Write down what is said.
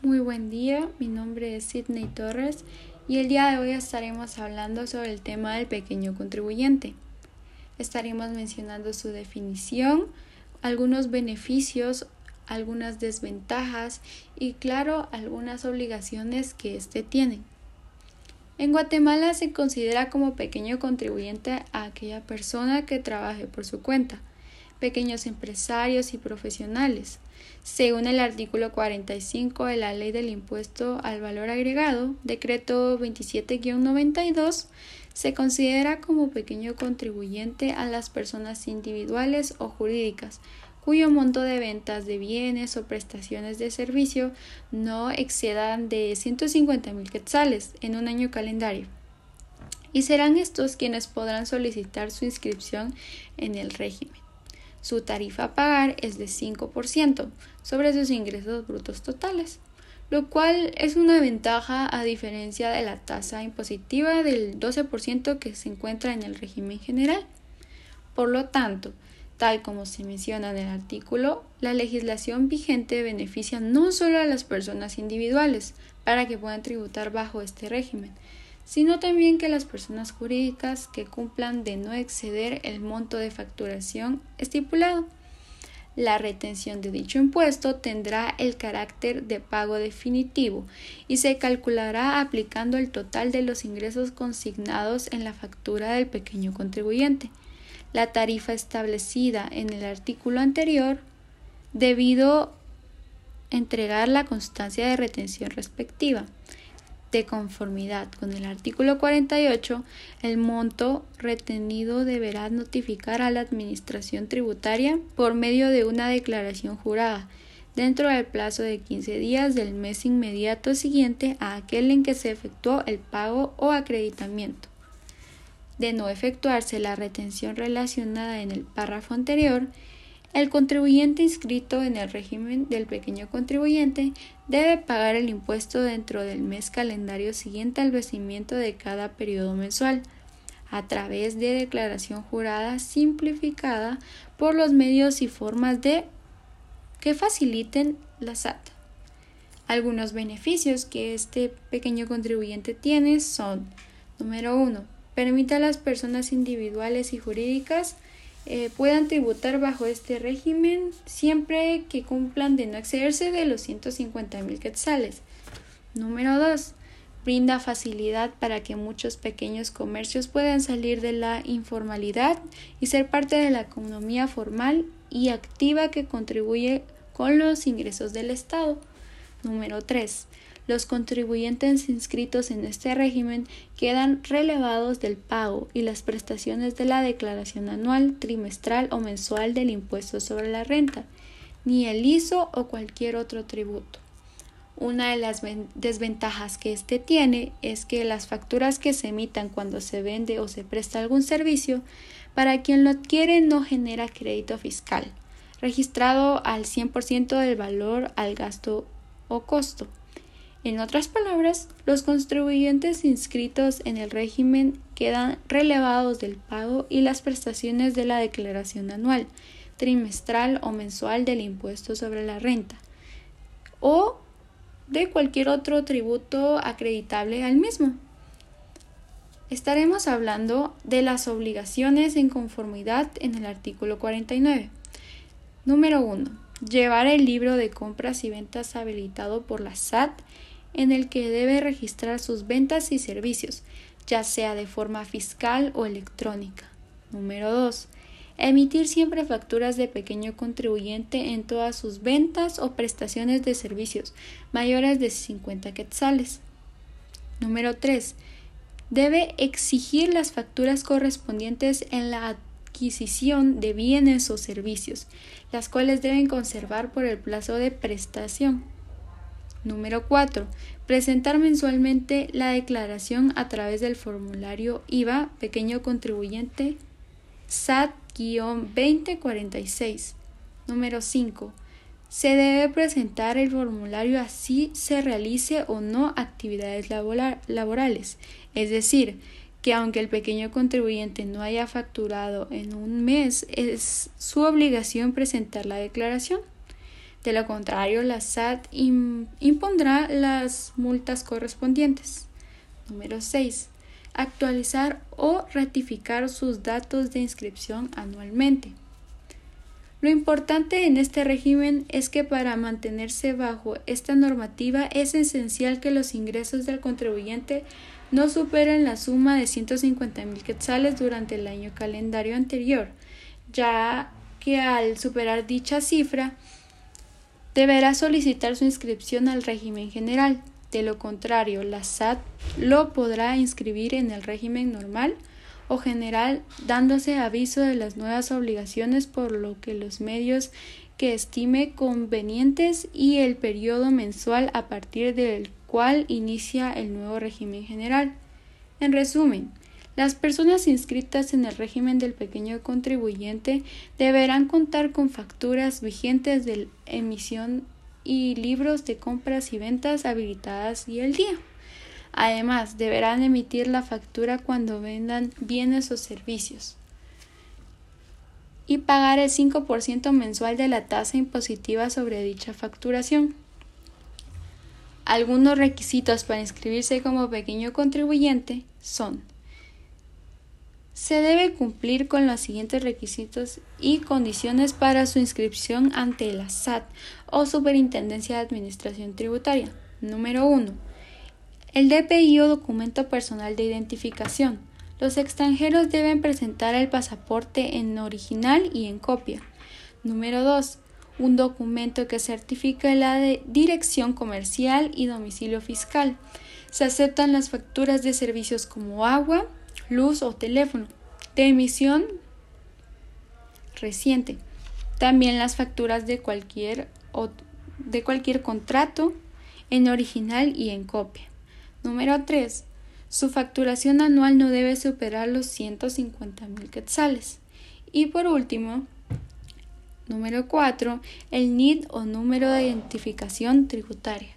Muy buen día, mi nombre es Sidney Torres y el día de hoy estaremos hablando sobre el tema del pequeño contribuyente. Estaremos mencionando su definición, algunos beneficios, algunas desventajas y claro, algunas obligaciones que éste tiene. En Guatemala se considera como pequeño contribuyente a aquella persona que trabaje por su cuenta, pequeños empresarios y profesionales. Según el artículo 45 de la Ley del Impuesto al Valor Agregado, decreto 27-92, se considera como pequeño contribuyente a las personas individuales o jurídicas, cuyo monto de ventas de bienes o prestaciones de servicio no excedan de 150,000 quetzales en un año calendario. Y serán estos quienes podrán solicitar su inscripción en el régimen. Su tarifa a pagar es de 5% sobre sus ingresos brutos totales, lo cual es una ventaja a diferencia de la tasa impositiva del 12% que se encuentra en el régimen general. Por lo tanto, tal como se menciona en el artículo, la legislación vigente beneficia no solo a las personas individuales para que puedan tributar bajo este régimen, sino también que las personas jurídicas que cumplan de no exceder el monto de facturación estipulado. La retención de dicho impuesto tendrá el carácter de pago definitivo y se calculará aplicando el total de los ingresos consignados en la factura del pequeño contribuyente. La tarifa establecida en el artículo anterior, debido entregar la constancia de retención respectiva. De conformidad con el artículo 48, el monto retenido deberá notificar a la Administración Tributaria por medio de una declaración jurada, dentro del plazo de 15 días del mes inmediato siguiente a aquel en que se efectuó el pago o acreditamiento. De no efectuarse la retención relacionada en el párrafo anterior, el contribuyente inscrito en el régimen del pequeño contribuyente debe pagar el impuesto dentro del mes calendario siguiente al vencimiento de cada periodo mensual, a través de declaración jurada simplificada por los medios y formas que faciliten la SAT. Algunos beneficios que este pequeño contribuyente tiene son: número 1. Permite a las personas individuales y jurídicas puedan tributar bajo este régimen siempre que cumplan de no excederse de los 150,000 quetzales. Número 2. Brinda facilidad para que muchos pequeños comercios puedan salir de la informalidad y ser parte de la economía formal y activa que contribuye con los ingresos del Estado. Número 3. Los contribuyentes inscritos en este régimen quedan relevados del pago y las prestaciones de la declaración anual, trimestral o mensual del impuesto sobre la renta, ni el ISO o cualquier otro tributo. Una de las desventajas que este tiene es que las facturas que se emitan cuando se vende o se presta algún servicio, para quien lo adquiere no genera crédito fiscal, registrado al 100% del valor al gasto o costo. En otras palabras, los contribuyentes inscritos en el régimen quedan relevados del pago y las prestaciones de la declaración anual, trimestral o mensual del impuesto sobre la renta o de cualquier otro tributo acreditable al mismo. Estaremos hablando de las obligaciones en conformidad en el artículo 49. Número 1. Llevar el libro de compras y ventas habilitado por la SAT, en el que debe registrar sus ventas y servicios, ya sea de forma fiscal o electrónica. Número 2. Emitir siempre facturas de pequeño contribuyente en todas sus ventas o prestaciones de servicios mayores de 50 quetzales. Número 3. Debe exigir las facturas correspondientes en la adquisición de bienes o servicios, las cuales deben conservar por el plazo de prestación. Número 4. Presentar mensualmente la declaración a través del formulario IVA pequeño contribuyente SAT-2046. Número 5. Se debe presentar el formulario así se realice o no actividades laborales, es decir, que aunque el pequeño contribuyente no haya facturado en un mes, es su obligación presentar la declaración. De lo contrario, la SAT impondrá las multas correspondientes. Número 6. Actualizar o ratificar sus datos de inscripción anualmente. Lo importante en este régimen es que para mantenerse bajo esta normativa es esencial que los ingresos del contribuyente no superen la suma de 150,000 quetzales durante el año calendario anterior, ya que al superar dicha cifra deberá solicitar su inscripción al régimen general. De lo contrario, la SAT lo podrá inscribir en el régimen normal o general, dándose aviso de las nuevas obligaciones, por lo que los medios que estime convenientes y el periodo mensual a partir del cual inicia el nuevo régimen general. En resumen, las personas inscritas en el régimen del pequeño contribuyente deberán contar con facturas vigentes de emisión y libros de compras y ventas habilitadas y al día. Además, deberán emitir la factura cuando vendan bienes o servicios y pagar el 5% mensual de la tasa impositiva sobre dicha facturación. Algunos requisitos para inscribirse como pequeño contribuyente son: se debe cumplir con los siguientes requisitos y condiciones para su inscripción ante la SAT o Superintendencia de Administración Tributaria. Número 1. El DPI o documento personal de identificación. Los extranjeros deben presentar el pasaporte en original y en copia. Número 2. Un documento que certifique la dirección comercial y domicilio fiscal. Se aceptan las facturas de servicios como agua, luz o teléfono, de emisión reciente. También las facturas de cualquier contrato en original y en copia. Número 3. Su facturación anual no debe superar los 150,000 quetzales. Y por último, número 4. El NID o número de identificación tributaria.